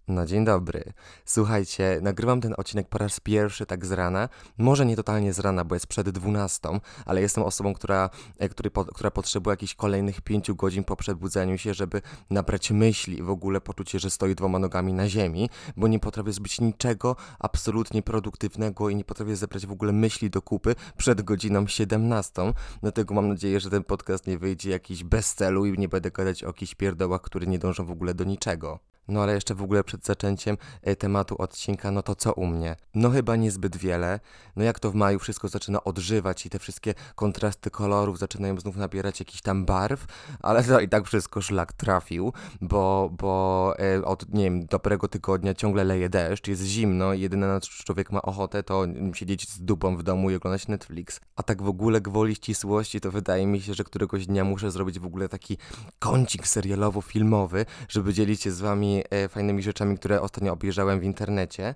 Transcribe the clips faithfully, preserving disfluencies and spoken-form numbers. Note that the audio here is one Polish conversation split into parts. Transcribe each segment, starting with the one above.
No dzień dobry. Słuchajcie, nagrywam ten odcinek po raz pierwszy tak z rana. Może nie totalnie z rana, bo jest przed dwunastą, ale jestem osobą, która, e, który po, która potrzebuje jakichś kolejnych pięciu godzin po przebudzeniu się, żeby nabrać myśli i w ogóle poczucie, że stoi dwoma nogami na ziemi, bo nie potrafię zrobić niczego absolutnie produktywnego i nie potrafię zebrać w ogóle myśli do kupy przed godziną siedemnastą. Dlatego mam nadzieję, że ten podcast nie wyjdzie jakiś bez celu i nie będę gadać o jakichś pierdołach, które nie dążą w ogóle do niczego. No ale jeszcze w ogóle przed zaczęciem e, tematu odcinka, no to co u mnie? No chyba niezbyt wiele. No jak to w maju wszystko zaczyna odżywać i te wszystkie kontrasty kolorów zaczynają znów nabierać jakiś tam barw, ale to i tak wszystko szlak trafił, bo, bo e, od, nie wiem, dobrego tygodnia ciągle leje deszcz, jest zimno i jedyne na co człowiek ma ochotę to siedzieć z dupą w domu i oglądać Netflix. A tak w ogóle gwoli ścisłości to wydaje mi się, że któregoś dnia muszę zrobić w ogóle taki kącik serialowo-filmowy, żeby dzielić się z wami e, fajnymi rzeczami, które ostatnio obejrzałem w internecie.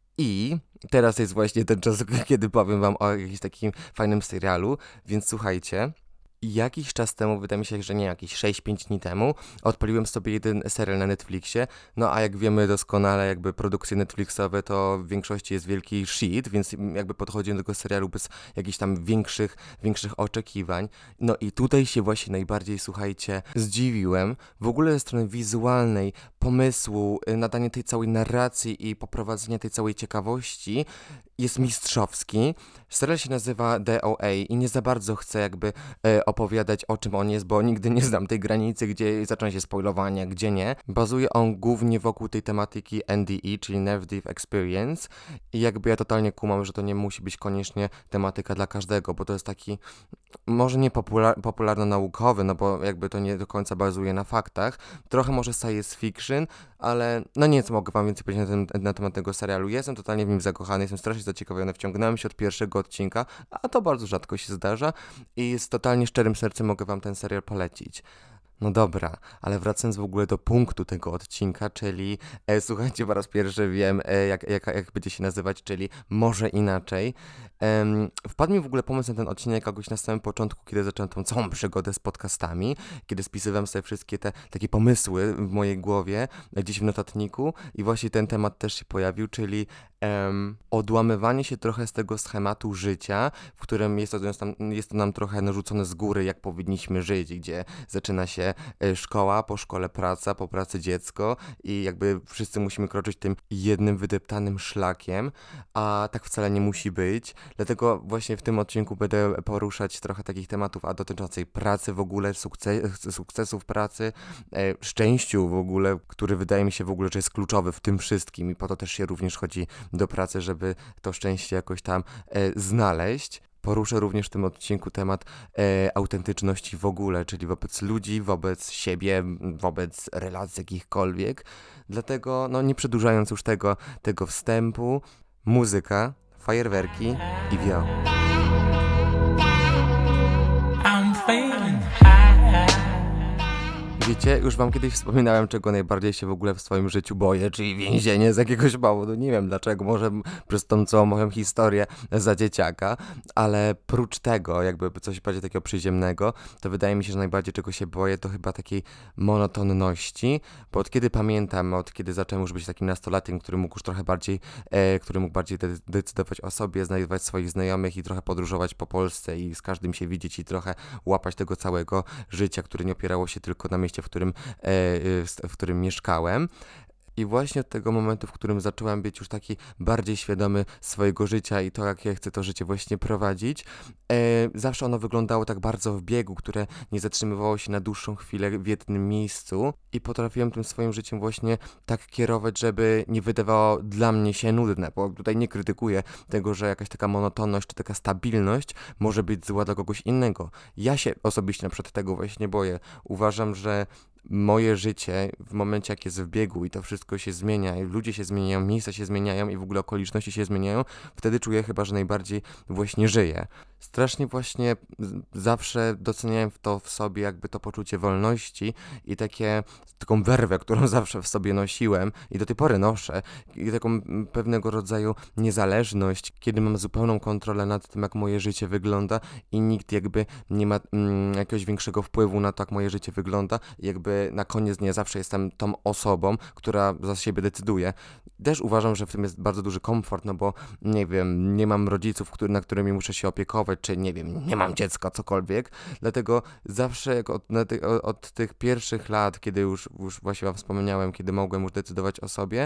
I teraz jest właśnie ten czas, kiedy powiem wam o jakimś takim fajnym serialu, więc słuchajcie. Jakiś czas temu, wydaje mi się, że nie, jakieś sześć pięć dni temu, odpaliłem sobie jeden serial na Netflixie, no a jak wiemy doskonale, jakby produkcje Netflixowe to w większości jest wielki shit, więc jakby podchodziłem do tego serialu bez jakichś tam większych, większych oczekiwań. No i tutaj się właśnie najbardziej, słuchajcie, zdziwiłem. W ogóle ze strony wizualnej, pomysłu, y, nadanie tej całej narracji i poprowadzenia tej całej ciekawości jest mistrzowski. Serial się nazywa D O A i nie za bardzo chcę jakby e, opowiadać o czym on jest, bo nigdy nie znam tej granicy, gdzie zaczyna się spoilowanie, gdzie nie. Bazuje on głównie wokół tej tematyki N D E, czyli Near Death Experience i jakby ja totalnie kumam, że to nie musi być koniecznie tematyka dla każdego, bo to jest taki może nie popular- popularno-naukowy, no bo jakby to nie do końca bazuje na faktach, trochę może science fiction, ale no nie co mogę wam więcej powiedzieć na, ten, na temat tego serialu. Jestem totalnie w nim zakochany, jestem strasznie zaciekawiony, wciągnąłem się od pierwszego odcinka, a to bardzo rzadko się zdarza i z totalnie szczerym sercem mogę wam ten serial polecić. No dobra, ale wracając w ogóle do punktu tego odcinka, czyli e, słuchajcie, po raz pierwszy wiem, e, jak, jak, jak będzie się nazywać, czyli może inaczej. Em, wpadł mi w ogóle pomysł na ten odcinek jakoś na samym początku, kiedy zacząłem tą całą przygodę z podcastami, kiedy spisywałem sobie wszystkie te takie pomysły w mojej głowie, e, gdzieś w notatniku i właśnie ten temat też się pojawił, czyli em, odłamywanie się trochę z tego schematu życia, w którym jest to, jest nam, jest to nam trochę narzucone z góry, jak powinniśmy żyć, gdzie zaczyna się e, szkoła, po szkole praca, po pracy dziecko i jakby wszyscy musimy kroczyć tym jednym wydeptanym szlakiem, a tak wcale nie musi być. Dlatego właśnie w tym odcinku będę poruszać trochę takich tematów, a dotyczącej pracy w ogóle, sukces, sukcesów pracy, e, szczęściu w ogóle, który wydaje mi się w ogóle, że jest kluczowy w tym wszystkim i po to też się również chodzi do pracy, żeby to szczęście jakoś tam e, znaleźć. Poruszę również w tym odcinku temat e, autentyczności w ogóle, czyli wobec ludzi, wobec siebie, wobec relacji jakichkolwiek. Dlatego, no nie przedłużając już tego, tego wstępu, muzyka, fajerwerki i wio. I'm feeling high. Wiecie, już wam kiedyś wspominałem, czego najbardziej się w ogóle w swoim życiu boję, czyli więzienie z jakiegoś powodu. Nie wiem dlaczego, może przez tą całą moją historię za dzieciaka, ale prócz tego, jakby coś bardziej takiego przyziemnego, to wydaje mi się, że najbardziej czego się boję, to chyba takiej monotonności, bo od kiedy pamiętam, od kiedy zacząłem już być takim nastolatkiem, który mógł już trochę bardziej, e, który mógł bardziej de- decydować o sobie, znajdować swoich znajomych i trochę podróżować po Polsce i z każdym się widzieć i trochę łapać tego całego życia, które nie opierało się tylko na mieście, w którym, e, w którym mieszkałem. I właśnie od tego momentu, w którym zacząłem być już taki bardziej świadomy swojego życia i to, jak ja chcę to życie właśnie prowadzić, e, zawsze ono wyglądało tak bardzo w biegu, które nie zatrzymywało się na dłuższą chwilę w jednym miejscu i potrafiłem tym swoim życiem właśnie tak kierować, żeby nie wydawało dla mnie się nudne, bo tutaj nie krytykuję tego, że jakaś taka monotonność czy taka stabilność może być zła dla kogoś innego. Ja się osobiście na przykład tego właśnie boję. Uważam, że moje życie w momencie jak jest w biegu i to wszystko się zmienia i ludzie się zmieniają, miejsca się zmieniają i w ogóle okoliczności się zmieniają, wtedy czuję chyba, że najbardziej właśnie żyję. Strasznie właśnie zawsze doceniałem w to w sobie jakby to poczucie wolności i takie, taką werwę, którą zawsze w sobie nosiłem i do tej pory noszę i taką pewnego rodzaju niezależność, kiedy mam zupełną kontrolę nad tym, jak moje życie wygląda i nikt jakby nie ma mm, jakiegoś większego wpływu na to, jak moje życie wygląda i jakby jakby na koniec dnia zawsze jestem tą osobą, która za siebie decyduje. Też uważam, że w tym jest bardzo duży komfort, no bo nie wiem, nie mam rodziców, który, na którymi muszę się opiekować, czy nie wiem, nie mam dziecka, cokolwiek, dlatego zawsze jak od, na ty, od, od tych pierwszych lat, kiedy już, już właśnie wam wspomniałem, kiedy mogłem już decydować o sobie,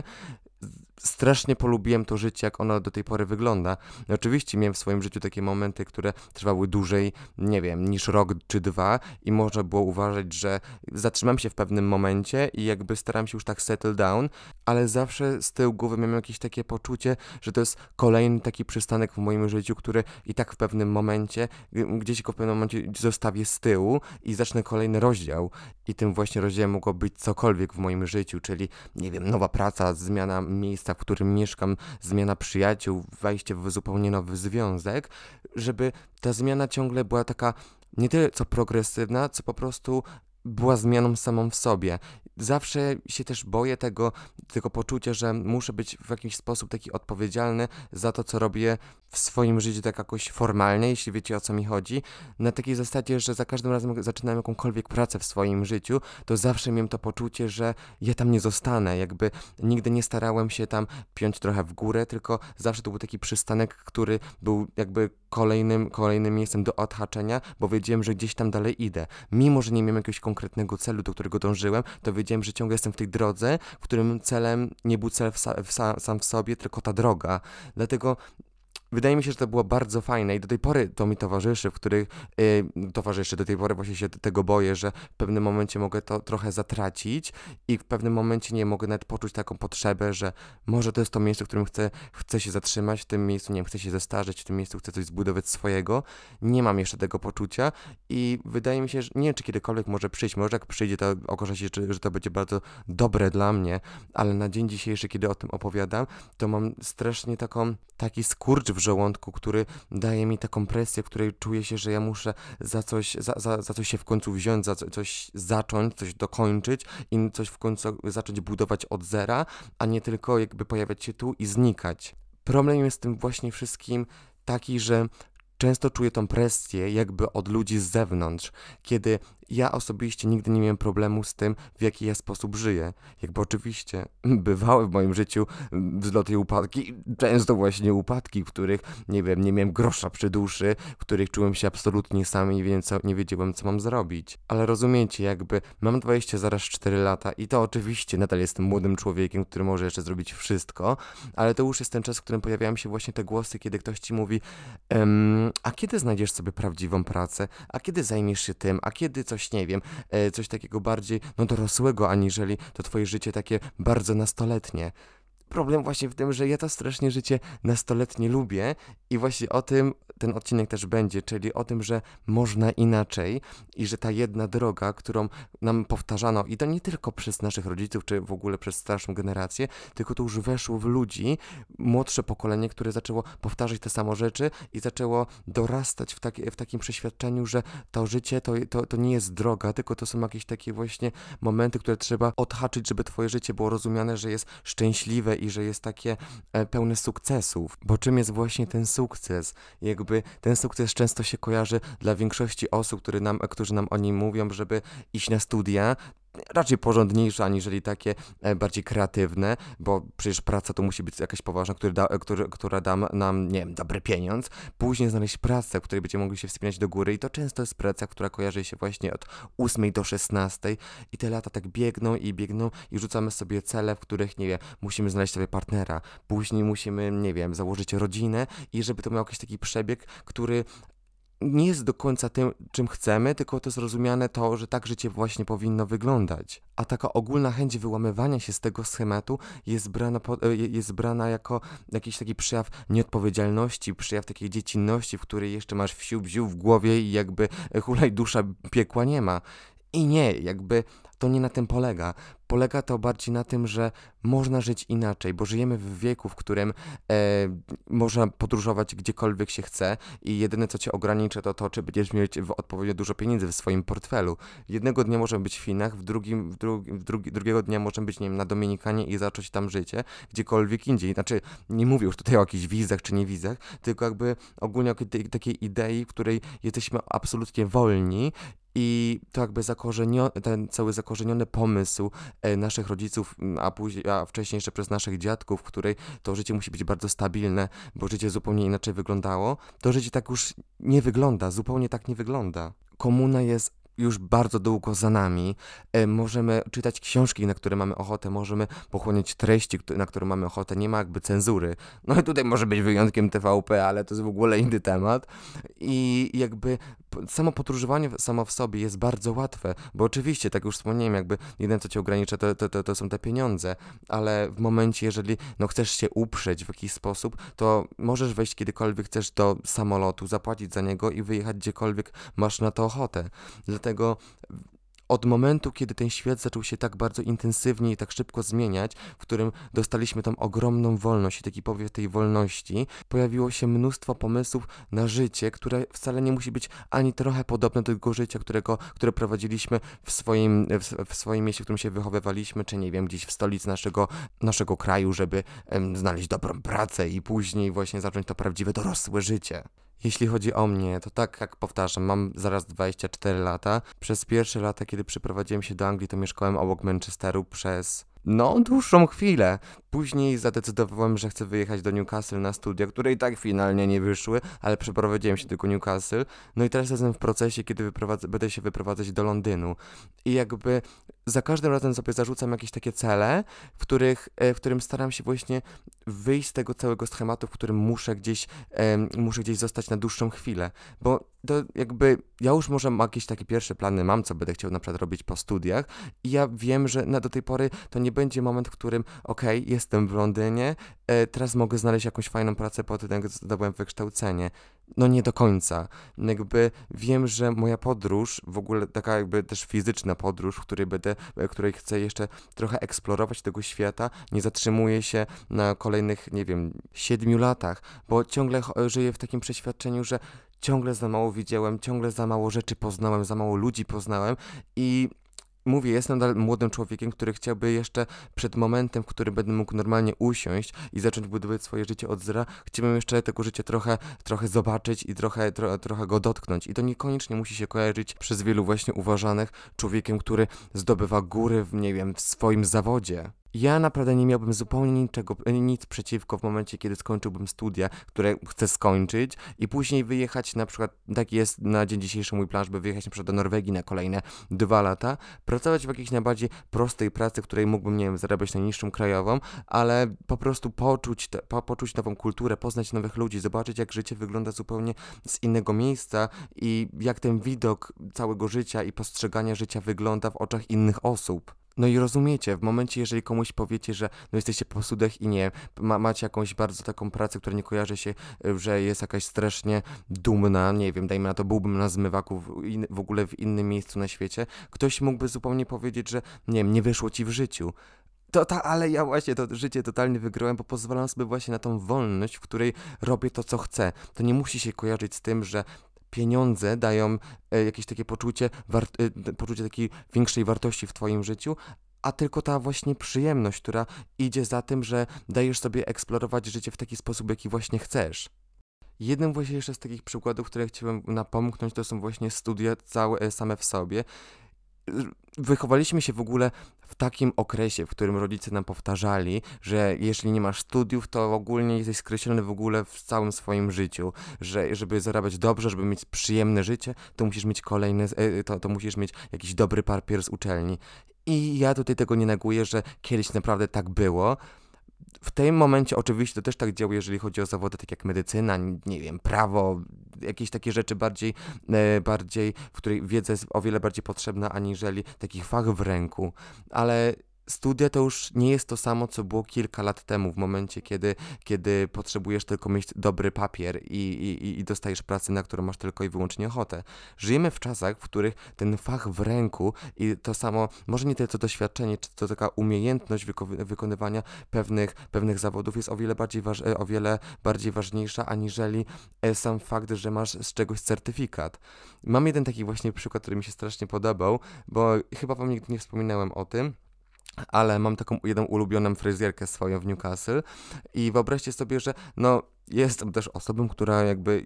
strasznie polubiłem to życie, jak ono do tej pory wygląda. No oczywiście miałem w swoim życiu takie momenty, które trwały dłużej, nie wiem, niż rok czy dwa i można było uważać, że zatrzymam się w pewnym momencie i jakby staram się już tak settle down, ale zawsze z tyłu głowy miałem jakieś takie poczucie, że to jest kolejny taki przystanek w moim życiu, który i tak w pewnym momencie, gdzieś go w pewnym momencie zostawię z tyłu i zacznę kolejny rozdział. I tym właśnie rozdziałem mogło być cokolwiek w moim życiu, czyli, nie wiem, nowa praca, zmiana miejsca, w którym mieszkam, zmiana przyjaciół, wejście w zupełnie nowy związek, żeby ta zmiana ciągle była taka nie tyle co progresywna, co po prostu była zmianą samą w sobie. Zawsze się też boję tego, tego poczucia, że muszę być w jakiś sposób taki odpowiedzialny za to, co robię w swoim życiu tak jakoś formalnie, jeśli wiecie o co mi chodzi. Na takiej zasadzie, że za każdym razem jak zaczynałem jakąkolwiek pracę w swoim życiu, to zawsze miałem to poczucie, że ja tam nie zostanę. Jakby nigdy nie starałem się tam piąć trochę w górę, tylko zawsze to był taki przystanek, który był jakby kolejnym, kolejnym miejscem do odhaczenia, bo wiedziałem, że gdzieś tam dalej idę. Mimo, że nie miałem jakiegoś konkretnego celu, do którego dążyłem, to wiedziałem, że ciągle jestem w tej drodze, w którym celem nie był cel w sa- w sa- sam w sobie, tylko ta droga. Dlatego wydaje mi się, że to było bardzo fajne i do tej pory to mi towarzyszy, w których yy, towarzyszy, do tej pory właśnie się tego boję, że w pewnym momencie mogę to trochę zatracić i w pewnym momencie nie mogę nawet poczuć taką potrzebę, że może to jest to miejsce, w którym chcę, chcę się zatrzymać, w tym miejscu, nie wiem, chcę się zestarzeć, w tym miejscu chcę coś zbudować swojego. Nie mam jeszcze tego poczucia i wydaje mi się, że nie wiem, czy kiedykolwiek może przyjść, może jak przyjdzie, to okaże się, że to będzie bardzo dobre dla mnie, ale na dzień dzisiejszy, kiedy o tym opowiadam, to mam strasznie taką, taki skurcz w żołądku, który daje mi taką presję, w której czuję się, że ja muszę za coś, za, za, za coś się w końcu wziąć, za co, coś zacząć, coś dokończyć i coś w końcu zacząć budować od zera, a nie tylko jakby pojawiać się tu i znikać. Problem jest z tym właśnie wszystkim taki, że często czuję tą presję jakby od ludzi z zewnątrz, kiedy ja osobiście nigdy nie miałem problemu z tym, w jaki ja sposób żyję. Jakby oczywiście bywały w moim życiu wzloty i upadki, często właśnie upadki, w których, nie wiem, nie miałem grosza przy duszy, w których czułem się absolutnie sam i nie, co, nie wiedziałem, co mam zrobić. Ale rozumiecie, jakby mam dwadzieścia, zaraz cztery lata i to oczywiście nadal jestem młodym człowiekiem, który może jeszcze zrobić wszystko, ale to już jest ten czas, w którym pojawiają się właśnie te głosy, kiedy ktoś ci mówi ehm, a kiedy znajdziesz sobie prawdziwą pracę, a kiedy zajmiesz się tym, a kiedy coś, nie wiem, e, coś takiego bardziej, no dorosłego, aniżeli to twoje życie takie bardzo nastoletnie. Problem właśnie w tym, że ja to strasznie życie nastoletnie lubię i właśnie o tym ten odcinek też będzie, czyli o tym, że można inaczej i że ta jedna droga, którą nam powtarzano i to nie tylko przez naszych rodziców, czy w ogóle przez starszą generację, tylko to już weszło w ludzi, młodsze pokolenie, które zaczęło powtarzać te samo rzeczy i zaczęło dorastać w, taki, w takim przeświadczeniu, że to życie to, to, to nie jest droga, tylko to są jakieś takie właśnie momenty, które trzeba odhaczyć, żeby twoje życie było rozumiane, że jest szczęśliwe i że jest takie e, pełne sukcesów. Bo czym jest właśnie ten sukces? Jakby ten sukces często się kojarzy dla większości osób, które nam, którzy nam o nim mówią, żeby iść na studia, raczej porządniejsze, aniżeli takie e, bardziej kreatywne, bo przecież praca to musi być jakaś poważna, który da, który, która da nam, nie wiem, dobry pieniądz. Później znaleźć pracę, w której będziemy mogli się wspinać do góry i to często jest praca, która kojarzy się właśnie od ósmej do szesnastej i te lata tak biegną i biegną i rzucamy sobie cele, w których, nie wiem, musimy znaleźć sobie partnera, później musimy, nie wiem, założyć rodzinę i żeby to miał jakiś taki przebieg, który nie jest do końca tym, czym chcemy, tylko to zrozumiane to, że tak życie właśnie powinno wyglądać. A taka ogólna chęć wyłamywania się z tego schematu jest brana, po, jest brana jako jakiś taki przejaw nieodpowiedzialności, przejaw takiej dziecinności, w której jeszcze masz wsiu-wziu w głowie i jakby hulaj dusza, piekła nie ma. I nie, jakby to nie na tym polega. Polega to bardziej na tym, że można żyć inaczej, bo żyjemy w wieku, w którym e, można podróżować gdziekolwiek się chce i jedyne co cię ogranicza to to, czy będziesz mieć odpowiednio dużo pieniędzy w swoim portfelu. Jednego dnia możemy być w Chinach, w drugim, w drugi, w drugi, drugiego dnia możemy być, nie wiem, na Dominikanie i zacząć tam życie, gdziekolwiek indziej. Znaczy, nie mówię już tutaj o jakichś wizach czy nie wizach, tylko jakby ogólnie o tej, takiej idei, w której jesteśmy absolutnie wolni. I to jakby zakorzenio, ten cały zakorzeniony pomysł e, naszych rodziców, m, a później, a wcześniej jeszcze przez naszych dziadków, w której to życie musi być bardzo stabilne, bo życie zupełnie inaczej wyglądało, to życie tak już nie wygląda, zupełnie tak nie wygląda. Komuna jest już bardzo długo za nami. E, możemy czytać książki, na które mamy ochotę, możemy pochłaniać treści, któ- na które mamy ochotę, nie ma jakby cenzury. No i tutaj może być wyjątkiem T V P, ale to jest w ogóle inny temat. I jakby p- samo podróżowanie w- samo w sobie jest bardzo łatwe, bo oczywiście, tak jak już wspomniałem, jakby jedyne co cię ogranicza to, to, to, to są te pieniądze, ale w momencie, jeżeli no, chcesz się uprzeć w jakiś sposób, to możesz wejść kiedykolwiek chcesz do samolotu, zapłacić za niego i wyjechać gdziekolwiek masz na to ochotę. Dlatego od momentu, kiedy ten świat zaczął się tak bardzo intensywnie i tak szybko zmieniać, w którym dostaliśmy tą ogromną wolność i taki powiew tej wolności, pojawiło się mnóstwo pomysłów na życie, które wcale nie musi być ani trochę podobne do tego życia, którego, które prowadziliśmy w swoim, w, w swoim mieście, w którym się wychowywaliśmy, czy nie wiem, gdzieś w stolicy naszego, naszego kraju, żeby em, znaleźć dobrą pracę i później właśnie zacząć to prawdziwe dorosłe życie. Jeśli chodzi o mnie, to tak jak powtarzam, mam zaraz dwadzieścia cztery lata. Przez pierwsze lata, kiedy przyprowadziłem się do Anglii, to mieszkałem obok Manchesteru przez, no, dłuższą chwilę. Później zadecydowałem, że chcę wyjechać do Newcastle na studia, które i tak finalnie nie wyszły, ale przeprowadziłem się do Newcastle. No i teraz jestem w procesie, kiedy wyprowadz- będę się wyprowadzać do Londynu. I jakby za każdym razem sobie zarzucam jakieś takie cele, w których, e, w którym staram się właśnie wyjść z tego całego schematu, w którym muszę gdzieś, em, muszę gdzieś zostać na dłuższą chwilę. Bo to jakby, ja już może mam jakieś takie pierwsze plany mam, co będę chciał na przykład robić po studiach i ja wiem, że na, do tej pory to nie będzie moment, w którym okej, jestem w Londynie, e, teraz mogę znaleźć jakąś fajną pracę po tym, jak zdobyłem wykształcenie. No nie do końca. Jakby wiem, że moja podróż, w ogóle taka jakby też fizyczna podróż, w której będę, w której chcę jeszcze trochę eksplorować tego świata, nie zatrzymuje się na kolejnych, nie wiem, siedmiu latach, bo ciągle cho- żyję w takim przeświadczeniu, że ciągle za mało widziałem, ciągle za mało rzeczy poznałem, za mało ludzi poznałem i mówię, jestem nadal młodym człowiekiem, który chciałby jeszcze przed momentem, w którym będę mógł normalnie usiąść i zacząć budować swoje życie od zera, chciałbym jeszcze tego życia trochę, trochę zobaczyć i trochę, tro, trochę go dotknąć. I to niekoniecznie musi się kojarzyć przez wielu właśnie uważanych człowiekiem, który zdobywa góry w, nie wiem, w swoim zawodzie. Ja naprawdę nie miałbym zupełnie niczego, nic przeciwko w momencie, kiedy skończyłbym studia, które chcę skończyć i później wyjechać na przykład, tak jest na dzień dzisiejszy mój plan, żeby wyjechać na przykład do Norwegii na kolejne dwa lata, pracować w jakiejś najbardziej prostej pracy, której mógłbym, nie wiem, zarabiać najniższą krajową, ale po prostu poczuć, te, po, poczuć nową kulturę, poznać nowych ludzi, zobaczyć jak życie wygląda zupełnie z innego miejsca i jak ten widok całego życia i postrzegania życia wygląda w oczach innych osób. No i rozumiecie, w momencie, jeżeli komuś powiecie, że no jesteście po studiach i nie, ma, macie jakąś bardzo taką pracę, która nie kojarzy się, y, że jest jakaś strasznie dumna, nie wiem, dajmy na to, byłbym na zmywaku w, in, w ogóle w innym miejscu na świecie, ktoś mógłby zupełnie powiedzieć, że nie wiem, nie wyszło ci w życiu. To ta, ale ja właśnie to życie totalnie wygrałem, bo pozwalam sobie właśnie na tą wolność, w której robię to, co chcę. To nie musi się kojarzyć z tym, że pieniądze dają e, jakieś takie poczucie, war, e, poczucie takiej większej wartości w twoim życiu, a tylko ta właśnie przyjemność, która idzie za tym, że dajesz sobie eksplorować życie w taki sposób, jaki właśnie chcesz. Jednym właśnie jeszcze z takich przykładów, które chciałem napomknąć, to są właśnie studia całe e, same w sobie. Wychowaliśmy się w ogóle w takim okresie, w którym rodzice nam powtarzali, że jeśli nie masz studiów, to ogólnie jesteś skreślony w ogóle w całym swoim życiu, że żeby zarabiać dobrze, żeby mieć przyjemne życie, to musisz mieć kolejne, e, to, to musisz mieć jakiś dobry papier z uczelni. I ja tutaj tego nie neguję, że kiedyś naprawdę tak było. W tym momencie oczywiście to też tak działa, jeżeli chodzi o zawody takie jak medycyna, nie wiem, prawo, jakieś takie rzeczy bardziej, e, bardziej, w której wiedza jest o wiele bardziej potrzebna aniżeli taki fach w ręku, ale studia to już nie jest to samo, co było kilka lat temu, w momencie, kiedy, kiedy potrzebujesz tylko mieć dobry papier i, i, i dostajesz pracę, na którą masz tylko i wyłącznie ochotę. Żyjemy w czasach, w których ten fach w ręku i to samo, może nie tyle to doświadczenie, czy to taka umiejętność wyko- wykonywania pewnych, pewnych zawodów jest o wiele bardziej, waż- e, o wiele bardziej ważniejsza, aniżeli e, sam fakt, że masz z czegoś certyfikat. Mam jeden taki właśnie przykład, który mi się strasznie podobał, bo chyba wam nigdy nie wspominałem o tym. ale mam taką jedną ulubioną fryzjerkę swoją w Newcastle i wyobraźcie sobie, że no jestem też osobą, która jakby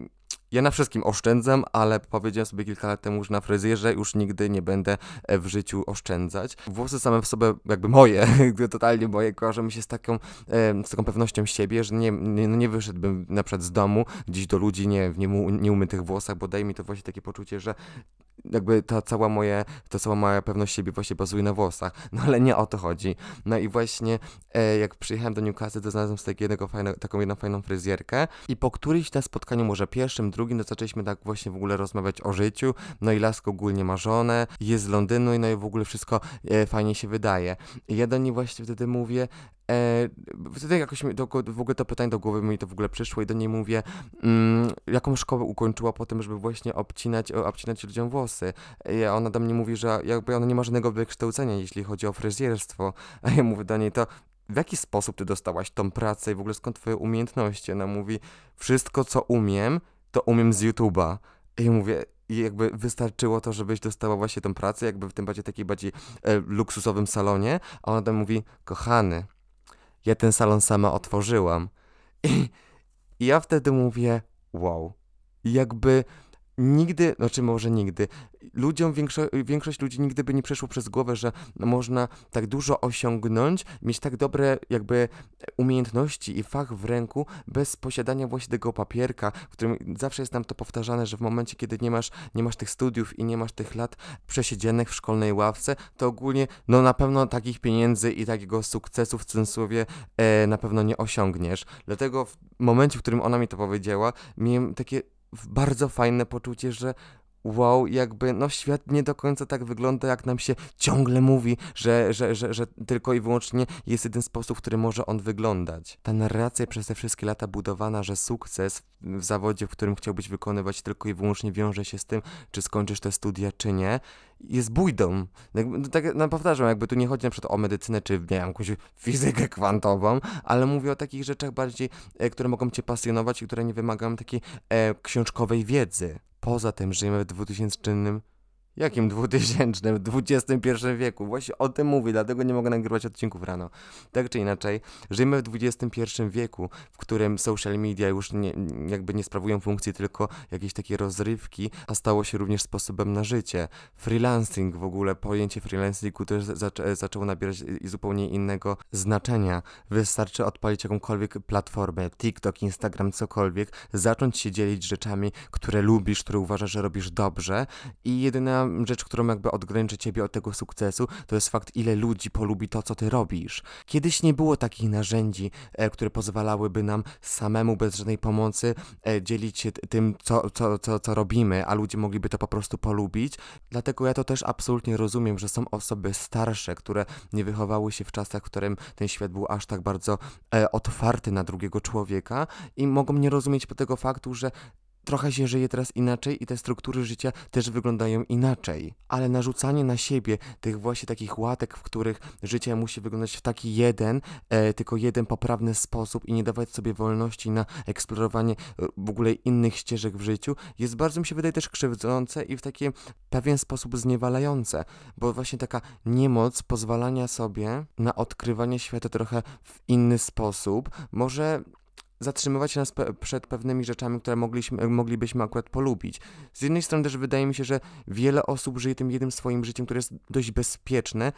ja na wszystkim oszczędzam, ale powiedziałem sobie kilka lat temu, że na fryzjerze już nigdy nie będę e, w życiu oszczędzać. Włosy same w sobie, jakby moje, totalnie moje, kojarzą mi się z taką, e, z taką pewnością siebie, że nie, nie, no nie wyszedłbym na przykład z domu, gdzieś do ludzi, nie w niemu- nieumytych włosach, bo daje mi to właśnie takie poczucie, że jakby ta cała moje, ta cała moja pewność siebie właśnie bazuje na włosach, no ale nie o to chodzi. No i właśnie e, jak przyjechałem do Newcastle, to znalazłem sobie takiego fajne, taką jedną fajną fryzjerkę i po którymś na spotkaniu, może pierwszym, drugim, to zaczęliśmy tak właśnie w ogóle rozmawiać o życiu, no i laska ogólnie ma żonę, jest z Londynu i no i w ogóle wszystko e, fajnie się wydaje. I ja do niej właśnie wtedy mówię, E, wtedy jakoś mi do, w ogóle to pytanie do głowy mi to w ogóle przyszło i do niej mówię, mm, jaką szkołę ukończyła po tym, żeby właśnie obcinać, o, obcinać ludziom włosy. I ona do mnie mówi, że jakby ona nie ma żadnego wykształcenia, jeśli chodzi o fryzjerstwo. A ja mówię do niej, to w jaki sposób ty dostałaś tą pracę i w ogóle skąd twoje umiejętności? Ona mówi, wszystko co umiem, to umiem z YouTube'a. I ja mówię, i jakby wystarczyło to, żebyś dostała właśnie tą pracę, jakby w tym bardziej takiej bardziej e, luksusowym salonie, a ona tam mówi, kochany, ja ten salon sama otworzyłam. I, i ja wtedy mówię, wow, jakby nigdy, znaczy może nigdy, ludziom, większo większość ludzi nigdy by nie przeszło przez głowę, że można tak dużo osiągnąć, mieć tak dobre jakby umiejętności i fach w ręku bez posiadania właśnie tego papierka, w którym zawsze jest nam to powtarzane, że w momencie, kiedy nie masz, nie masz tych studiów i nie masz tych lat przesiedzianych w szkolnej ławce, to ogólnie no na pewno takich pieniędzy i takiego sukcesu w cudzysłowie e, na pewno nie osiągniesz. Dlatego w momencie, w którym ona mi to powiedziała, miałem takie bardzo fajne poczucie, że wow, jakby no świat nie do końca tak wygląda, jak nam się ciągle mówi, że, że, że, że tylko i wyłącznie jest jeden sposób, w który może on wyglądać. Ta narracja przez te wszystkie lata budowana, że sukces w zawodzie, w którym chciałbyś wykonywać, tylko i wyłącznie wiąże się z tym, czy skończysz te studia, czy nie, jest bójdą. Jakby, no, tak no, powtarzam, jakby tu nie chodzi na przykład o medycynę, czy nie wiem, jakąś fizykę kwantową, ale mówię o takich rzeczach bardziej, e, które mogą cię pasjonować i które nie wymagają takiej e, książkowej wiedzy. Poza tym żyjemy w dwutysięcznym. Jakim dwutysięcznym? W dwudziestym pierwszym wieku. Właśnie o tym mówię, dlatego nie mogę nagrywać odcinków rano. Tak czy inaczej, żyjemy w dwudziestym pierwszym wieku, w którym social media już nie, jakby nie sprawują funkcji tylko jakiejś takiej rozrywki, a stało się również sposobem na życie. Freelancing w ogóle, pojęcie freelancingu też zaczę, zaczęło nabierać zupełnie innego znaczenia. Wystarczy odpalić jakąkolwiek platformę, TikTok, Instagram, cokolwiek, zacząć się dzielić rzeczami, które lubisz, które uważasz, że robisz dobrze i jedyna rzecz, którą jakby odgraniczy ciebie od tego sukcesu, to jest fakt, ile ludzi polubi to, co ty robisz. Kiedyś nie było takich narzędzi, e, które pozwalałyby nam samemu, bez żadnej pomocy, e, dzielić się tym, co, co, co, co robimy, a ludzie mogliby to po prostu polubić. Dlatego ja to też absolutnie rozumiem, że są osoby starsze, które nie wychowały się w czasach, w którym ten świat był aż tak bardzo e, otwarty na drugiego człowieka i mogą nie rozumieć tego faktu, że trochę się żyje teraz inaczej i te struktury życia też wyglądają inaczej. Ale narzucanie na siebie tych właśnie takich łatek, w których życie musi wyglądać w taki jeden, e, tylko jeden poprawny sposób i nie dawać sobie wolności na eksplorowanie e, w ogóle innych ścieżek w życiu, jest bardzo, mi się wydaje, też krzywdzące i w taki pewien sposób zniewalające, bo właśnie taka niemoc pozwalania sobie na odkrywanie świata trochę w inny sposób może zatrzymywać nas pe- przed pewnymi rzeczami, które mogliśmy, moglibyśmy akurat polubić. Z jednej strony też wydaje mi się, że wiele osób żyje tym jednym swoim życiem, które jest dość bezpieczne,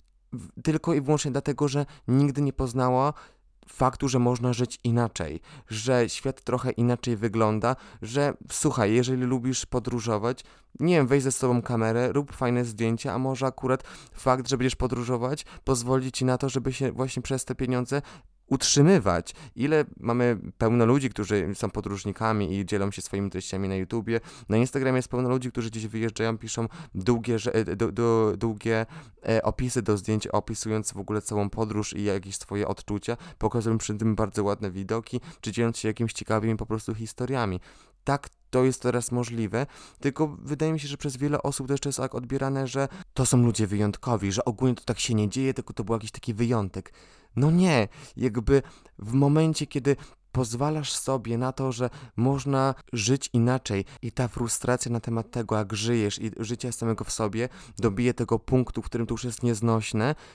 w- tylko i wyłącznie dlatego, że nigdy nie poznała faktu, że można żyć inaczej, że świat trochę inaczej wygląda, że słuchaj, jeżeli lubisz podróżować, nie wiem, weź ze sobą kamerę, rób fajne zdjęcia, a może akurat fakt, że będziesz podróżować, pozwoli ci na to, żeby się właśnie przez te pieniądze utrzymywać. Ile mamy pełno ludzi, którzy są podróżnikami i dzielą się swoimi treściami na YouTubie. Na Instagramie jest pełno ludzi, którzy gdzieś wyjeżdżają, piszą długie, że, du, du, długie e, opisy do zdjęć, opisując w ogóle całą podróż i jakieś swoje odczucia, pokazują przy tym bardzo ładne widoki, czy dzieląc się jakimiś ciekawymi po prostu historiami. Tak, to jest teraz możliwe, tylko wydaje mi się, że przez wiele osób to jeszcze jest tak odbierane, że to są ludzie wyjątkowi, że ogólnie to tak się nie dzieje, tylko to był jakiś taki wyjątek. No nie, jakby w momencie, kiedy pozwalasz sobie na to, że można żyć inaczej i ta frustracja na temat tego, jak żyjesz i życia samego w sobie dobije tego punktu, w którym to już jest nieznośne,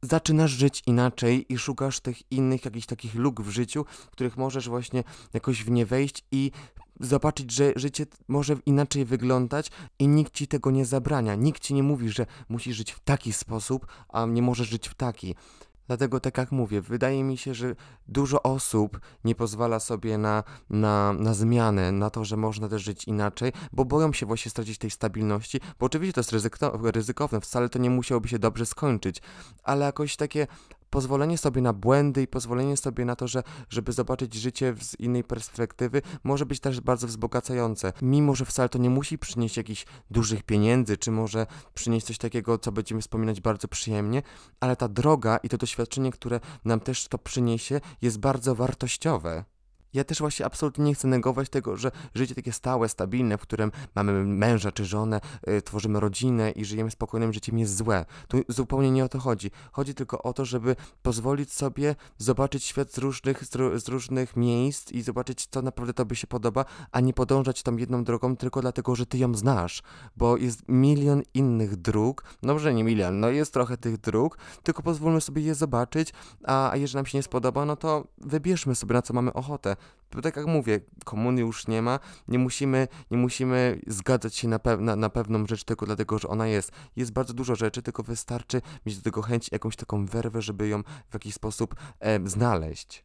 zaczynasz żyć inaczej i szukasz tych innych jakichś takich luk w życiu, w których możesz właśnie jakoś w nie wejść i zobaczyć, że życie może inaczej wyglądać i nikt ci tego nie zabrania. Nikt ci nie mówi, że musisz żyć w taki sposób, a nie możesz żyć w taki. Dlatego tak jak mówię, wydaje mi się, że dużo osób nie pozwala sobie na, na, na zmianę, na to, że można też żyć inaczej, bo boją się właśnie stracić tej stabilności, bo oczywiście to jest ryzyko, ryzykowne, wcale to nie musiałoby się dobrze skończyć, ale jakoś takie pozwolenie sobie na błędy i pozwolenie sobie na to, że, żeby zobaczyć życie z innej perspektywy, może być też bardzo wzbogacające. Mimo że wcale to nie musi przynieść jakichś dużych pieniędzy, czy może przynieść coś takiego, co będziemy wspominać bardzo przyjemnie, ale ta droga i to doświadczenie, które nam też to przyniesie, jest bardzo wartościowe. Ja też właśnie absolutnie nie chcę negować tego, że życie takie stałe, stabilne, w którym mamy męża czy żonę, y, tworzymy rodzinę i żyjemy spokojnym życiem jest złe. Tu zupełnie nie o to chodzi. Chodzi tylko o to, żeby pozwolić sobie zobaczyć świat z różnych, z, ró- z różnych miejsc i zobaczyć, co naprawdę tobie się podoba, a nie podążać tą jedną drogą tylko dlatego, że ty ją znasz. Bo jest milion innych dróg, no może nie milion, no jest trochę tych dróg, tylko pozwólmy sobie je zobaczyć, a, a jeżeli nam się nie spodoba, no to wybierzmy sobie, na co mamy ochotę. Bo tak jak mówię, komuny już nie ma, nie musimy, nie musimy zgadzać się na, pew- na, na pewną rzecz tylko dlatego, że ona jest. Jest bardzo dużo rzeczy, tylko wystarczy mieć do tego chęć, jakąś taką werwę, żeby ją w jakiś sposób e, znaleźć.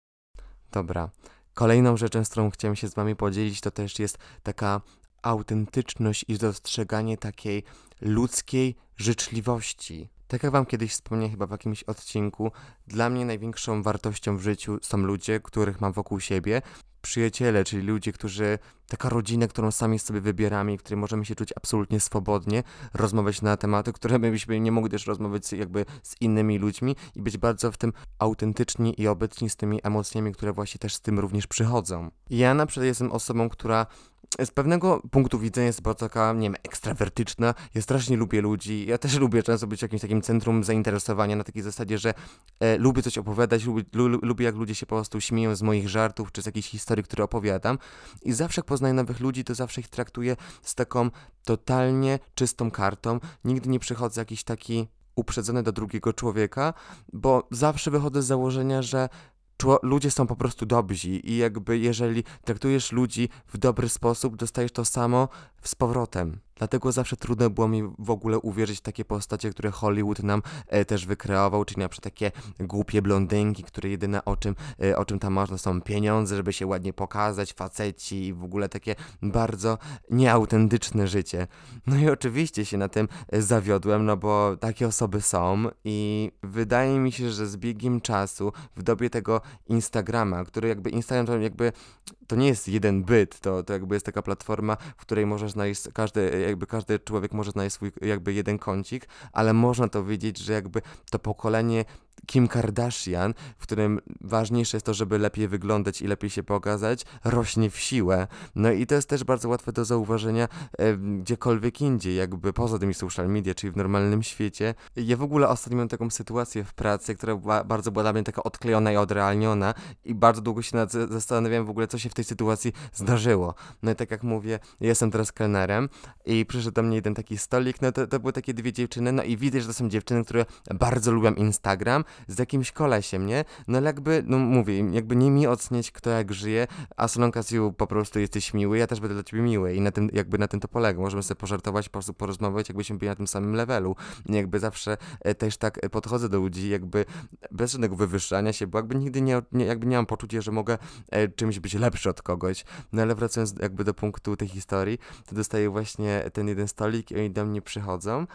Dobra. Kolejną rzeczą, z którą chciałem się z wami podzielić, to też jest taka autentyczność i dostrzeganie takiej ludzkiej życzliwości. Tak jak wam kiedyś wspomniałem chyba w jakimś odcinku, dla mnie największą wartością w życiu są ludzie, których mam wokół siebie. Przyjaciele, czyli ludzie, którzy, taka rodzina, którą sami sobie wybieramy, w której możemy się czuć absolutnie swobodnie, rozmawiać na tematy, które my byśmy nie mogli też rozmawiać z- jakby z innymi ludźmi i być bardzo w tym autentyczni i obecni z tymi emocjami, które właśnie też z tym również przychodzą. Ja na przykład jestem osobą, która z pewnego punktu widzenia jest bardzo taka, nie wiem, ekstrawertyczna. Ja strasznie lubię ludzi. Ja też lubię często być jakimś takim centrum zainteresowania na takiej zasadzie, że e, lubię coś opowiadać, lubię, lu, lubię jak ludzie się po prostu śmieją z moich żartów czy z jakichś historii, które opowiadam. I zawsze jak poznaję nowych ludzi, to zawsze ich traktuję z taką totalnie czystą kartą. Nigdy nie przychodzę jakiś taki uprzedzony do drugiego człowieka, bo zawsze wychodzę z założenia, że Czło- ludzie są po prostu dobrzy i jakby jeżeli traktujesz ludzi w dobry sposób, dostajesz to samo z powrotem. Dlatego zawsze trudno było mi w ogóle uwierzyć w takie postacie, które Hollywood nam e, też wykreował, czyli na przykład takie głupie blondynki, które jedyne o czym, e, o czym tam można są pieniądze, żeby się ładnie pokazać, faceci i w ogóle takie bardzo nieautentyczne życie. No i oczywiście się na tym e, zawiodłem, no bo takie osoby są i wydaje mi się, że z biegiem czasu, w dobie tego Instagrama, który jakby Instagram to jakby to nie jest jeden byt, to, to jakby jest taka platforma, w której możesz znaleźć każdy, jakby każdy człowiek może znaleźć swój jakby jeden kącik, ale można to wiedzieć, że jakby to pokolenie Kim Kardashian, w którym ważniejsze jest to, żeby lepiej wyglądać i lepiej się pokazać, rośnie w siłę. No i to jest też bardzo łatwe do zauważenia e, gdziekolwiek indziej, jakby poza tymi social media, czyli w normalnym świecie. Ja w ogóle ostatnio miałem taką sytuację w pracy, która była, bardzo była dla mnie taka odklejona i odrealniona i bardzo długo się nad, zastanawiałem w ogóle, co się w tej sytuacji zdarzyło. No i tak jak mówię, jestem teraz kelnerem i przyszedł do mnie jeden taki stolik, no to, to były takie dwie dziewczyny, no i widzę, że to są dziewczyny, które bardzo lubią Instagram, z jakimś kolesiem, nie? No ale jakby, no mówię, jakby nie mi oceniać, kto jak żyje, a so long as you po prostu jesteś miły, ja też będę dla ciebie miły i na tym, jakby na tym to polega. Możemy sobie pożartować, po prostu porozmawiać, jakbyśmy byli na tym samym levelu. Jakby zawsze e, też tak e, podchodzę do ludzi, jakby bez żadnego wywyższania się, bo jakby nigdy nie, nie, jakby nie mam poczucia, że mogę e, czymś być lepszy od kogoś. No ale wracając jakby do punktu tej historii, to dostaję właśnie ten jeden stolik i oni do mnie przychodzą.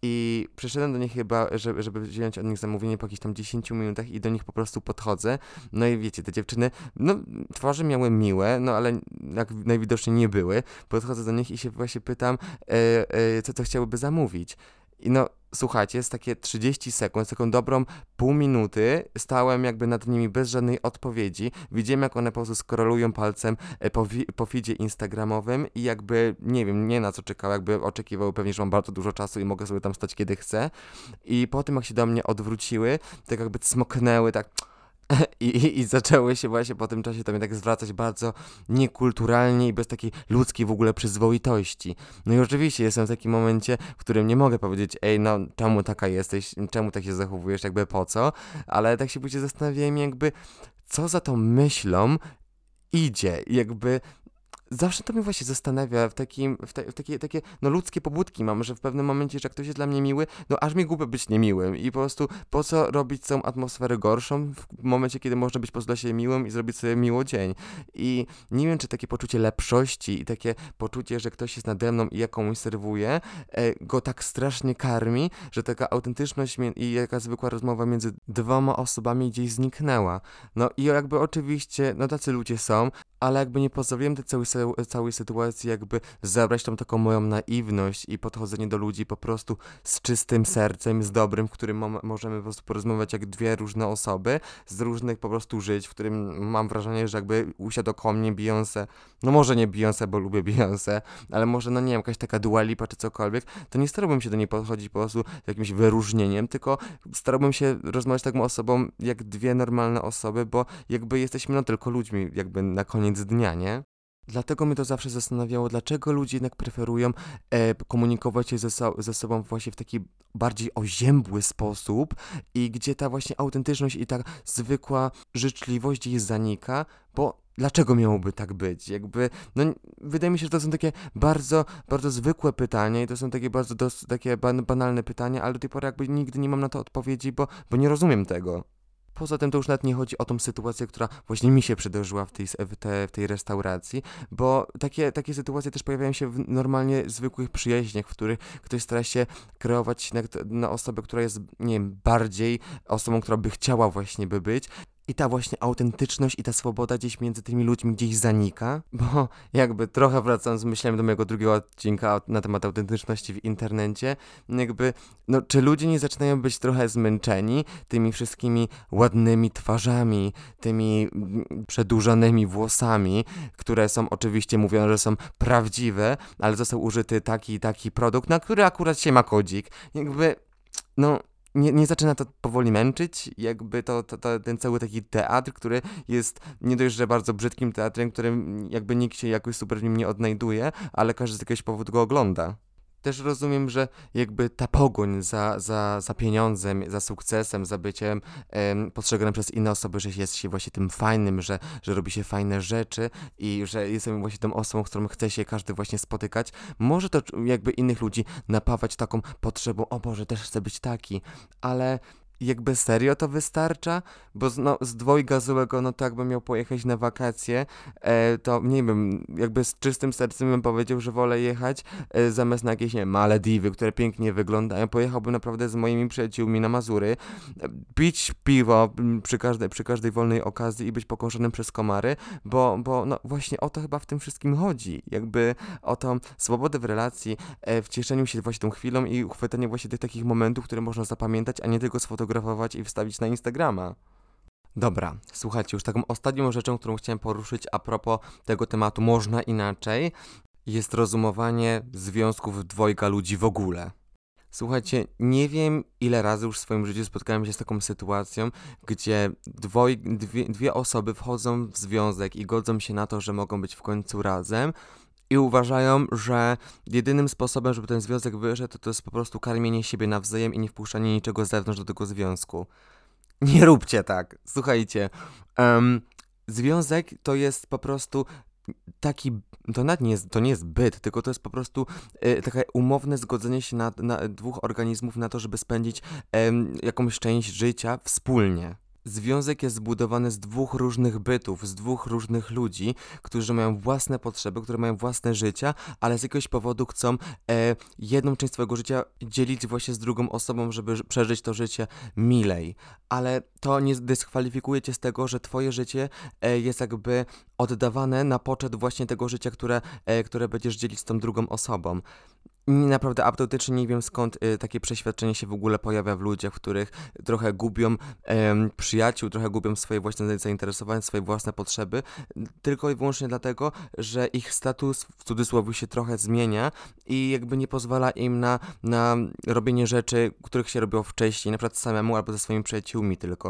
I przyszedłem do nich chyba, żeby, żeby wziąć od nich zamówienie po jakichś tam dziesięciu minutach i do nich po prostu podchodzę. No i wiecie, te dziewczyny, no twarze miały miłe, no ale jak najwidoczniej nie były. Podchodzę do nich i się właśnie pytam, e, e, co to chciałyby zamówić. I no, słuchajcie, jest takie trzydzieści sekund, taką dobrą pół minuty, stałem jakby nad nimi bez żadnej odpowiedzi, widziałem jak one po prostu skrolują palcem e, po, wi- po feedzie instagramowym i jakby, nie wiem, nie na co czekały, jakby oczekiwały pewnie, że mam bardzo dużo czasu i mogę sobie tam stać kiedy chcę i po tym jak się do mnie odwróciły, tak jakby cmoknęły, tak I, i, I zaczęły się właśnie po tym czasie do mnie tak zwracać bardzo niekulturalnie i bez takiej ludzkiej w ogóle przyzwoitości. No i oczywiście jestem w takim momencie, w którym nie mogę powiedzieć, ej, no czemu taka jesteś, czemu tak się zachowujesz, jakby po co, ale tak się później zastanawiałem jakby, co za tą myślą idzie, jakby zawsze to mnie właśnie zastanawia w takim, w, te, w takie, takie, no ludzkie pobudki mam, że w pewnym momencie, że jak ktoś jest dla mnie miły, no aż mi głupio być niemiłym i po prostu po co robić całą atmosferę gorszą w momencie, kiedy można być po prostu dla siebie miłym i zrobić sobie miło dzień. I nie wiem, czy takie poczucie lepszości i takie poczucie, że ktoś jest nade mną i ja komuś serwuję, e, go tak strasznie karmi, że taka autentyczność mie- i jaka zwykła rozmowa między dwoma osobami gdzieś zniknęła. No i jakby oczywiście, no tacy ludzie są, ale jakby nie pozwoliłem tej całej, se- całej sytuacji jakby zabrać tą taką moją naiwność i podchodzenie do ludzi po prostu z czystym sercem, z dobrym, w którym mo- możemy po prostu porozmawiać jak dwie różne osoby, z różnych po prostu żyć, w którym mam wrażenie, że jakby usiadł koło mnie Beyoncé, no może nie Beyoncé, bo lubię Beyoncé, ale może no nie wiem, jakaś taka Dua Lipa czy cokolwiek, to nie starałbym się do niej podchodzić po prostu z jakimś wyróżnieniem, tylko starałbym się rozmawiać z taką osobą jak dwie normalne osoby, bo jakby jesteśmy no tylko ludźmi jakby na koniec dnia, nie? Dlatego mnie to zawsze zastanawiało, dlaczego ludzie jednak preferują e, komunikować się ze, so, ze sobą właśnie w taki bardziej oziębły sposób i gdzie ta właśnie autentyczność i ta zwykła życzliwość gdzieś zanika, bo dlaczego miałoby tak być? Jakby, no n- wydaje mi się, że to są takie bardzo, bardzo zwykłe pytania i to są takie bardzo dos, takie ban, banalne pytania, ale do tej pory jakby nigdy nie mam na to odpowiedzi, bo, bo nie rozumiem tego. Poza tym to już nawet nie chodzi o tą sytuację, która właśnie mi się przydarzyła w tej, s- w te, w tej restauracji, bo takie, takie sytuacje też pojawiają się w normalnie zwykłych przyjaźniach, w których ktoś stara się kreować na, na osobę, która jest, nie wiem, bardziej osobą, która by chciała właśnie by być. I ta właśnie autentyczność i ta swoboda gdzieś między tymi ludźmi gdzieś zanika, bo jakby trochę wracając z myślami do mojego drugiego odcinka na temat autentyczności w internecie, jakby, no czy ludzie nie zaczynają być trochę zmęczeni tymi wszystkimi ładnymi twarzami, tymi mm, przedłużonymi włosami, które są oczywiście mówione, że są prawdziwe, ale został użyty taki i taki produkt, na który akurat się ma kodzik. Jakby, no, nie, nie zaczyna to powoli męczyć, jakby to, to, to ten cały taki teatr, który jest nie dość, że bardzo brzydkim teatrem, którym jakby nikt się jakoś super w nim nie odnajduje, ale każdy z jakiegoś powodu go ogląda. Też rozumiem, że jakby ta pogoń za, za, za pieniądzem, za sukcesem, za byciem em, postrzeganym przez inne osoby, że jest się właśnie tym fajnym, że, że robi się fajne rzeczy i że jestem właśnie tą osobą, z którą chce się każdy właśnie spotykać, może to jakby innych ludzi napawać taką potrzebą, o Boże, też chcę być taki, ale jakby serio to wystarcza? Bo z, no, z dwojga złego, no to jakbym miał pojechać na wakacje, e, to nie wiem, jakby z czystym sercem bym powiedział, że wolę jechać e, zamiast na jakieś, nie wiem, Malediwy, które pięknie wyglądają, pojechałbym naprawdę z moimi przyjaciółmi na Mazury, e, pić piwo m, przy każdej, przy każdej wolnej okazji i być pokorzonym przez komary, bo, bo no właśnie o to chyba w tym wszystkim chodzi, jakby o tą swobodę w relacji, e, w cieszeniu się właśnie tą chwilą i uchwytanie właśnie tych takich momentów, które można zapamiętać, a nie tylko sfotografować i wstawić na Instagrama. Dobra, słuchajcie, już taką ostatnią rzeczą, którą chciałem poruszyć a propos tego tematu można inaczej, jest rozumowanie związków dwojga ludzi w ogóle. Słuchajcie, nie wiem ile razy już w swoim życiu spotkałem się z taką sytuacją, gdzie dwoj, dwie, dwie osoby wchodzą w związek i godzą się na to, że mogą być w końcu razem i uważają, że jedynym sposobem, żeby ten związek wyszedł, to, to jest po prostu karmienie siebie nawzajem i nie wpuszczanie niczego z zewnątrz do tego związku. Nie róbcie tak, słuchajcie. em, Związek to jest po prostu taki, to nawet nie jest, to nie jest byt, tylko to jest po prostu e, takie umowne zgodzenie się na, na dwóch organizmów na to, żeby spędzić em, jakąś część życia wspólnie. Związek jest zbudowany z dwóch różnych bytów, z dwóch różnych ludzi, którzy mają własne potrzeby, które mają własne życia, ale z jakiegoś powodu chcą e, jedną część swojego życia dzielić właśnie z drugą osobą, żeby ż- przeżyć to życie milej. Ale to nie dyskwalifikuje cię z tego, że twoje życie e, jest jakby oddawane na poczet właśnie tego życia, które, e, które będziesz dzielić z tą drugą osobą. Nie, naprawdę autentycznie nie wiem skąd y, takie przeświadczenie się w ogóle pojawia w ludziach, w których trochę gubią em, przyjaciół, trochę gubią swoje własne zainteresowania, swoje własne potrzeby, tylko i wyłącznie dlatego, że ich status w cudzysłowie się trochę zmienia i jakby nie pozwala im na, na robienie rzeczy, których się robiło wcześniej, na przykład samemu albo ze swoimi przyjaciółmi tylko.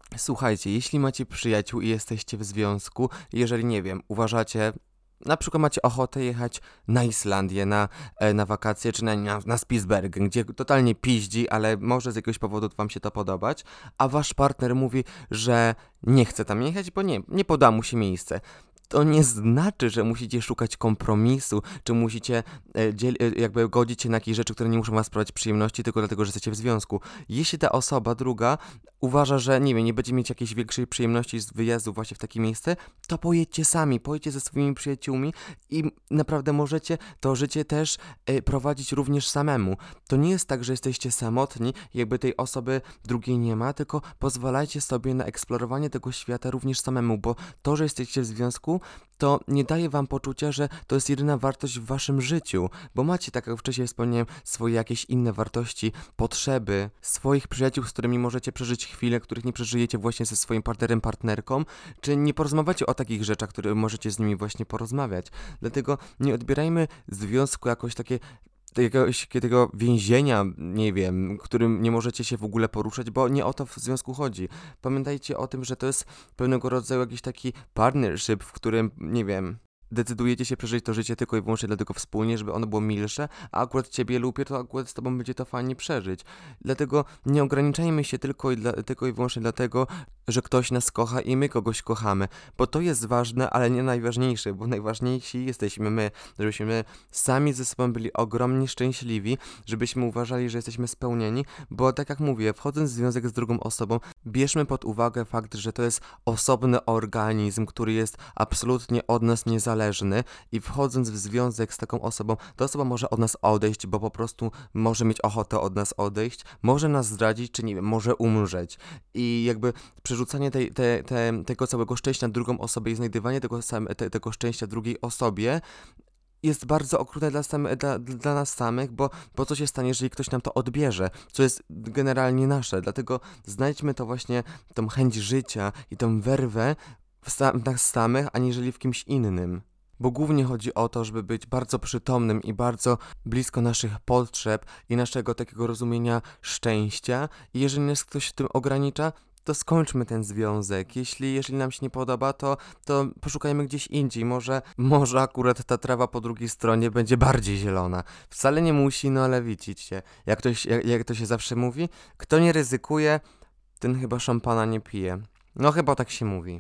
Słuchajcie, jeśli macie przyjaciół i jesteście w związku, jeżeli nie wiem, uważacie, na przykład macie ochotę jechać na Islandię, na, e, na wakacje, czy na, na, na Spitsbergen, gdzie totalnie piździ, ale może z jakiegoś powodu wam się to podobać, a wasz partner mówi, że nie chce tam jechać, bo nie, nie poda mu się miejsce. To nie znaczy, że musicie szukać kompromisu, czy musicie e, dziel, e, jakby godzić się na jakieś rzeczy, które nie muszą was sprawiać przyjemności, tylko dlatego, że jesteście w związku. Jeśli ta osoba druga uważa, że nie wiem, nie będzie mieć jakiejś większej przyjemności z wyjazdu właśnie w takie miejsce, to pojedźcie sami, pojedźcie ze swoimi przyjaciółmi i naprawdę możecie to życie też e, prowadzić również samemu. To nie jest tak, że jesteście samotni, jakby tej osoby drugiej nie ma, tylko pozwalajcie sobie na eksplorowanie tego świata również samemu, bo to, że jesteście w związku, to nie daje wam poczucia, że to jest jedyna wartość w waszym życiu, bo macie, tak jak wcześniej wspomniałem, swoje jakieś inne wartości, potrzeby, swoich przyjaciół, z którymi możecie przeżyć chwile, których nie przeżyjecie właśnie ze swoim partnerem, partnerką, czy nie porozmawiacie o takich rzeczach, które możecie z nimi właśnie porozmawiać. Dlatego nie odbierajmy związku jakoś takie jakiegoś takiego więzienia, nie wiem, którym nie możecie się w ogóle poruszać, bo nie o to w związku chodzi. Pamiętajcie o tym, że to jest pewnego rodzaju jakiś taki partnership, w którym, nie wiem, decydujecie się przeżyć to życie tylko i wyłącznie dlatego wspólnie, żeby ono było milsze, a akurat ciebie lubię, to akurat z tobą będzie to fajnie przeżyć. Dlatego nie ograniczajmy się tylko i, dla, tylko i wyłącznie dlatego, że ktoś nas kocha i my kogoś kochamy, bo to jest ważne, ale nie najważniejsze, bo najważniejsi jesteśmy my, żebyśmy my sami ze sobą byli ogromnie szczęśliwi, żebyśmy uważali, że jesteśmy spełnieni, bo tak jak mówię, wchodząc w związek z drugą osobą, bierzmy pod uwagę fakt, że to jest osobny organizm, który jest absolutnie od nas niezależny i wchodząc w związek z taką osobą, ta osoba może od nas odejść, bo po prostu może mieć ochotę od nas odejść, może nas zdradzić, czy nie wiem, może umrzeć. I jakby przerzucanie tej, te, te, tego całego szczęścia na drugą osobę i znajdywanie tego, same, te, tego szczęścia drugiej osobie jest bardzo okrutne dla, same, dla, dla nas samych, bo, bo co się stanie, jeżeli ktoś nam to odbierze, co jest generalnie nasze. Dlatego znajdźmy to właśnie, tą chęć życia i tą werwę w, sa, w nas samych, aniżeli w kimś innym. Bo głównie chodzi o to, żeby być bardzo przytomnym i bardzo blisko naszych potrzeb i naszego takiego rozumienia szczęścia. I jeżeli nas ktoś w tym ogranicza, to skończmy ten związek. Jeśli, jeżeli nam się nie podoba, to, to poszukajmy gdzieś indziej. Może, może akurat ta trawa po drugiej stronie będzie bardziej zielona. Wcale nie musi, no ale widzicie. Jak to, się- jak, jak to się zawsze mówi, kto nie ryzykuje, ten chyba szampana nie pije. No chyba tak się mówi.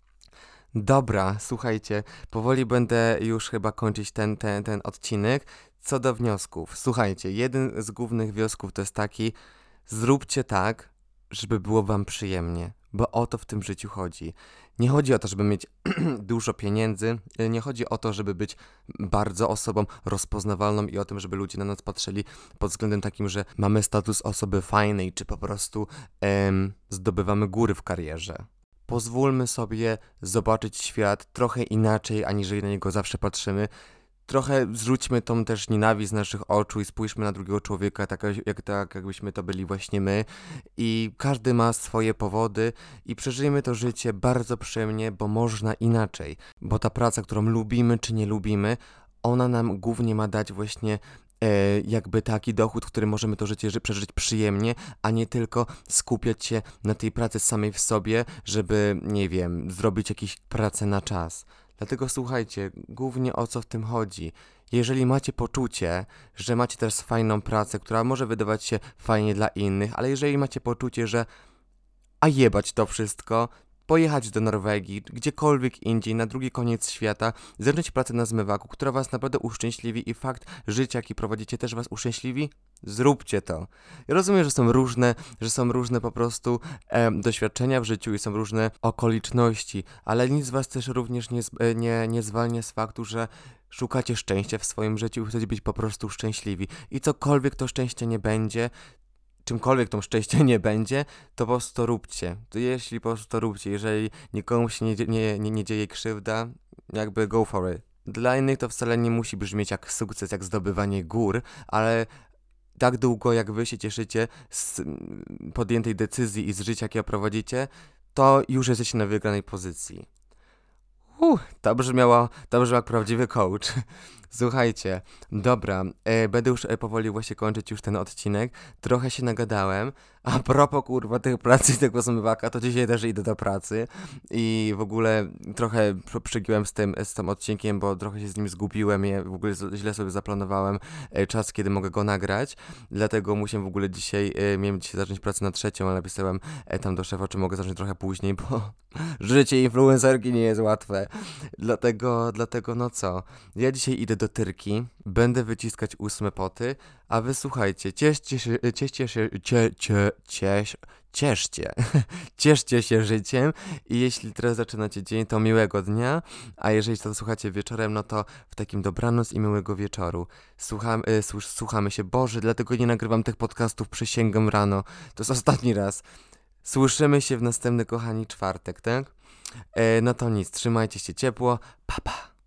Dobra, słuchajcie, powoli będę już chyba kończyć ten, ten, ten odcinek. Co do wniosków. Słuchajcie, jeden z głównych wniosków to jest taki, zróbcie tak, żeby było wam przyjemnie, bo o to w tym życiu chodzi. Nie chodzi o to, żeby mieć dużo pieniędzy, nie chodzi o to, żeby być bardzo osobą rozpoznawalną i o tym, żeby ludzie na nas patrzyli pod względem takim, że mamy status osoby fajnej, czy po prostu em, zdobywamy góry w karierze. Pozwólmy sobie zobaczyć świat trochę inaczej, aniżeli na niego zawsze patrzymy. Trochę zrzućmy tą też nienawiść z naszych oczu i spójrzmy na drugiego człowieka, tak jak, tak jakbyśmy to byli właśnie my. I każdy ma swoje powody i przeżyjmy to życie bardzo przyjemnie, bo można inaczej. Bo ta praca, którą lubimy czy nie lubimy, ona nam głównie ma dać właśnie e, jakby taki dochód, który możemy to życie ży- przeżyć przyjemnie, a nie tylko skupiać się na tej pracy samej w sobie, żeby, nie wiem, zrobić jakąś pracę na czas. Dlatego słuchajcie, głównie o co w tym chodzi. Jeżeli macie poczucie, że macie teraz fajną pracę, która może wydawać się fajnie dla innych, ale jeżeli macie poczucie, że a jebać to wszystko, pojechać do Norwegii, gdziekolwiek indziej, na drugi koniec świata, zacząć pracę na zmywaku, która was naprawdę uszczęśliwi i fakt życia, jaki prowadzicie, też was uszczęśliwi, zróbcie to. Ja rozumiem, że są różne, że są różne po prostu em, doświadczenia w życiu i są różne okoliczności, ale nic was też również nie, z- e, nie, nie zwalnia z faktu, że szukacie szczęścia w swoim życiu i chcecie być po prostu szczęśliwi. I cokolwiek to szczęście nie będzie, czymkolwiek to szczęście nie będzie, to po prostu to róbcie. To jeśli po prostu to róbcie, jeżeli nikomu się nie, dzie- nie, nie, nie dzieje krzywda, jakby go for it. Dla innych to wcale nie musi brzmieć jak sukces, jak zdobywanie gór, ale tak długo jak wy się cieszycie z mm, podjętej decyzji i z życia, jakie prowadzicie, to już jesteście na wygranej pozycji. Uh, to brzmiało, to brzmiał jak prawdziwy coach. Słuchajcie, dobra, e, będę już e, powoli właśnie kończyć już ten odcinek. Trochę się nagadałem. A propos kurwa tych pracy i tego zmywaka, to dzisiaj też idę do pracy i w ogóle trochę pr- przegiąłem z tym, z tym odcinkiem, bo trochę się z nim zgubiłem i w ogóle z- źle sobie zaplanowałem e, czas, kiedy mogę go nagrać. Dlatego musiałem w ogóle dzisiaj, e, miałem dzisiaj zacząć pracę na trzecią, ale napisałem e, tam do szefa, czy mogę zacząć trochę później, bo życie influencerki nie jest łatwe. Dlatego, dlatego no co, ja dzisiaj idę do Tyrki, będę wyciskać ósme poty, a wy słuchajcie, cieszcie się, cieszcie się, cie, cie, ciesz, cieszcie, cieszcie się życiem i jeśli teraz zaczynacie dzień, to miłego dnia, a jeżeli to słuchacie wieczorem, no to w takim dobranoc i miłego wieczoru. Słucham, y, słuch, słuchamy się, Boże, dlatego nie nagrywam tych podcastów, przysięgam rano, to jest ostatni raz. Słyszymy się w następny, kochani, czwartek, tak? E, no to nic, trzymajcie się ciepło, pa pa!